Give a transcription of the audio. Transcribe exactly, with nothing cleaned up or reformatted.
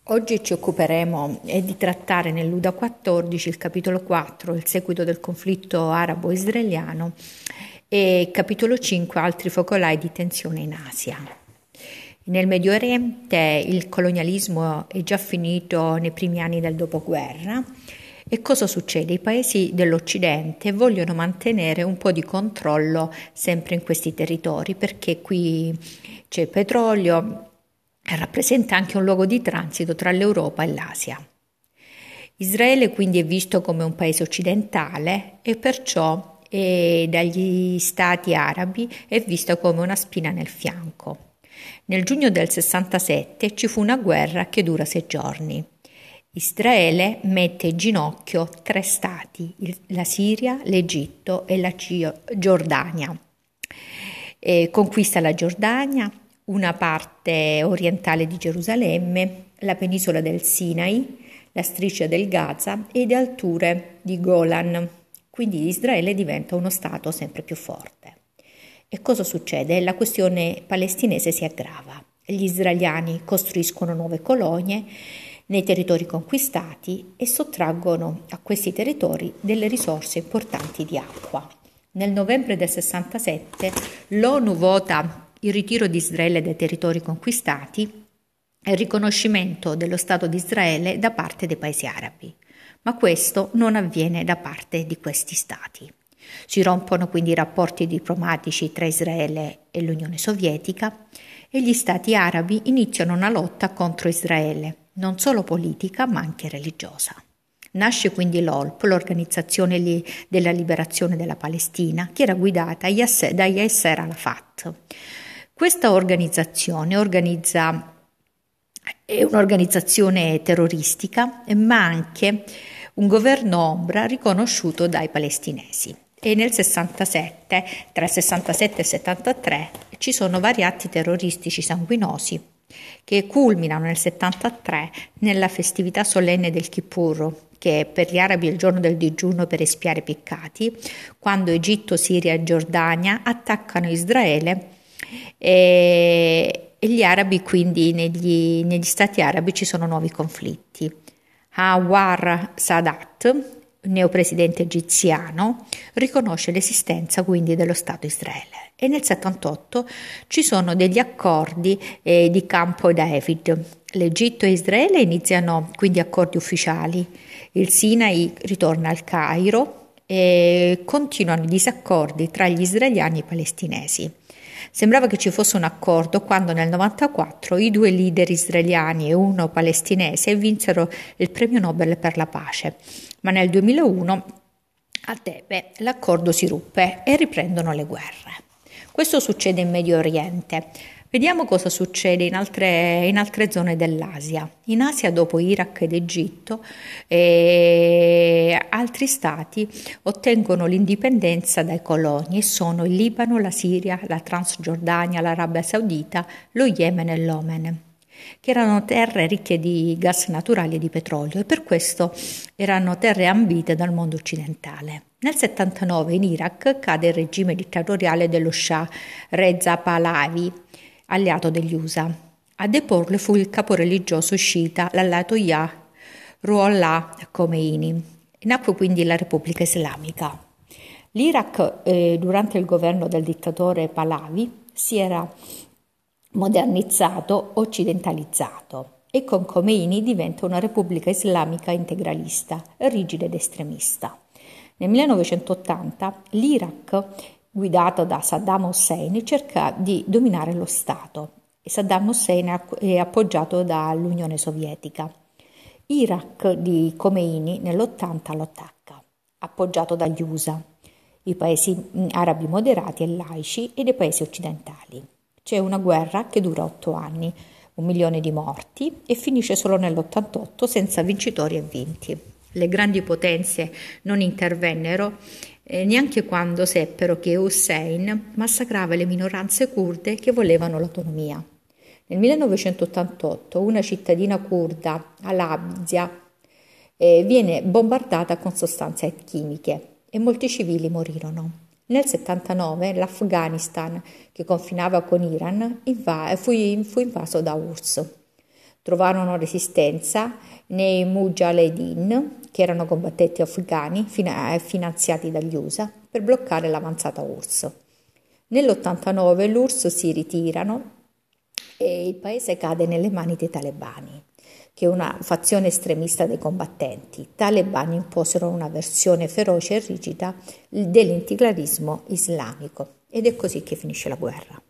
Oggi ci occuperemo eh, di trattare nell'Uda quattordici il capitolo quattro, il seguito del conflitto arabo-israeliano, e capitolo cinque, altri focolai di tensione in Asia. Nel Medio Oriente il colonialismo è già finito nei primi anni del dopoguerra. E cosa succede? I paesi dell'Occidente vogliono mantenere un po' di controllo sempre in questi territori, perché qui c'è petrolio e rappresenta anche un luogo di transito tra l'Europa e l'Asia. Israele quindi è visto come un paese occidentale e perciò eh, dagli stati arabi è visto come una spina nel fianco. Nel giugno del sessantasette ci fu una guerra che dura sei giorni. Israele mette in ginocchio tre stati, la Siria, l'Egitto e la Giordania. E conquista la Giordania, una parte orientale di Gerusalemme, la penisola del Sinai, la striscia del Gaza e le alture di Golan. Quindi Israele diventa uno stato sempre più forte. E cosa succede? La questione palestinese si aggrava. Gli israeliani costruiscono nuove colonie nei territori conquistati e sottraggono a questi territori delle risorse importanti di acqua. Nel novembre del sessantasette l'ONU vota il ritiro di Israele dai territori conquistati e il riconoscimento dello Stato di Israele da parte dei paesi arabi. Ma questo non avviene da parte di questi stati. Si rompono quindi i rapporti diplomatici tra Israele e l'Unione Sovietica e gli stati arabi iniziano una lotta contro Israele, non solo politica ma anche religiosa. Nasce quindi l'O L P, l'Organizzazione della Liberazione della Palestina, che era guidata da Yasser Arafat. Questa organizzazione organizza, è un'organizzazione terroristica, ma anche un governo ombra riconosciuto dai palestinesi. E nel sessantasette, tra il sessantasette e il settantatré, ci sono vari atti terroristici sanguinosi che culminano nel settantatré nella festività solenne del Kippur, che per gli arabi è il giorno del digiuno per espiare peccati, quando Egitto, Siria e Giordania attaccano Israele e, e gli arabi, quindi negli, negli stati arabi ci sono nuovi conflitti. Anwar Sadat, neopresidente egiziano, riconosce l'esistenza quindi dello Stato Israele. E nel settantotto ci sono degli accordi eh, di Campo David. L'Egitto e Israele iniziano quindi accordi ufficiali. Il Sinai ritorna al Cairo e continuano i disaccordi tra gli israeliani e i palestinesi. Sembrava che ci fosse un accordo quando nel novantaquattro i due leader israeliani e uno palestinese vinsero il premio Nobel per la pace, ma nel duemilauno a Tebe l'accordo si ruppe e riprendono le guerre. Questo succede in Medio Oriente. Vediamo cosa succede in altre, in altre zone dell'Asia. In Asia, dopo Iraq ed Egitto, eh, altri stati ottengono l'indipendenza dai coloni e sono il Libano, la Siria, la Transgiordania, l'Arabia Saudita, lo Yemen e l'Oman, che erano terre ricche di gas naturali e di petrolio e per questo erano terre ambite dal mondo occidentale. Nel settantanove in Iraq cade il regime dittatoriale dello Shah Reza Pahlavi, alleato degli U S A. A deporlo fu il capo religioso sciita, l'Ayatollah Ruhollah Khomeini. Nacque quindi la Repubblica Islamica. L'Iraq, eh, durante il governo del dittatore Pahlavi, si era modernizzato, occidentalizzato e con Khomeini diventa una Repubblica Islamica integralista, rigida ed estremista. Nel millenovecentottanta l'Iraq, guidato da Saddam Hussein, cerca di dominare lo Stato e Saddam Hussein è appoggiato dall'Unione Sovietica. Iraq di Khomeini nell'ottanta lo attacca, appoggiato dagli U S A, i paesi arabi moderati e laici e dei paesi occidentali. C'è una guerra che dura otto anni, un milione di morti e finisce solo nell'ottantotto senza vincitori e vinti. Le grandi potenze non intervennero eh, neanche quando seppero che Hussein massacrava le minoranze curde che volevano l'autonomia. Nel millenovecentottantotto una cittadina curda, Halabja, eh, viene bombardata con sostanze chimiche e molti civili morirono. Nel settantanove l'Afghanistan, che confinava con Iran, inva- fu, fu invaso da U R S S. Trovarono resistenza nei Mujahedin, che erano combattenti afghani finanziati dagli U S A, per bloccare l'avanzata U R S S. Nell'ottantanove l'U R S S si ritirano e il paese cade nelle mani dei talebani, che è una fazione estremista dei combattenti. I talebani imposero una versione feroce e rigida dell'integralismo islamico ed è così che finisce la guerra.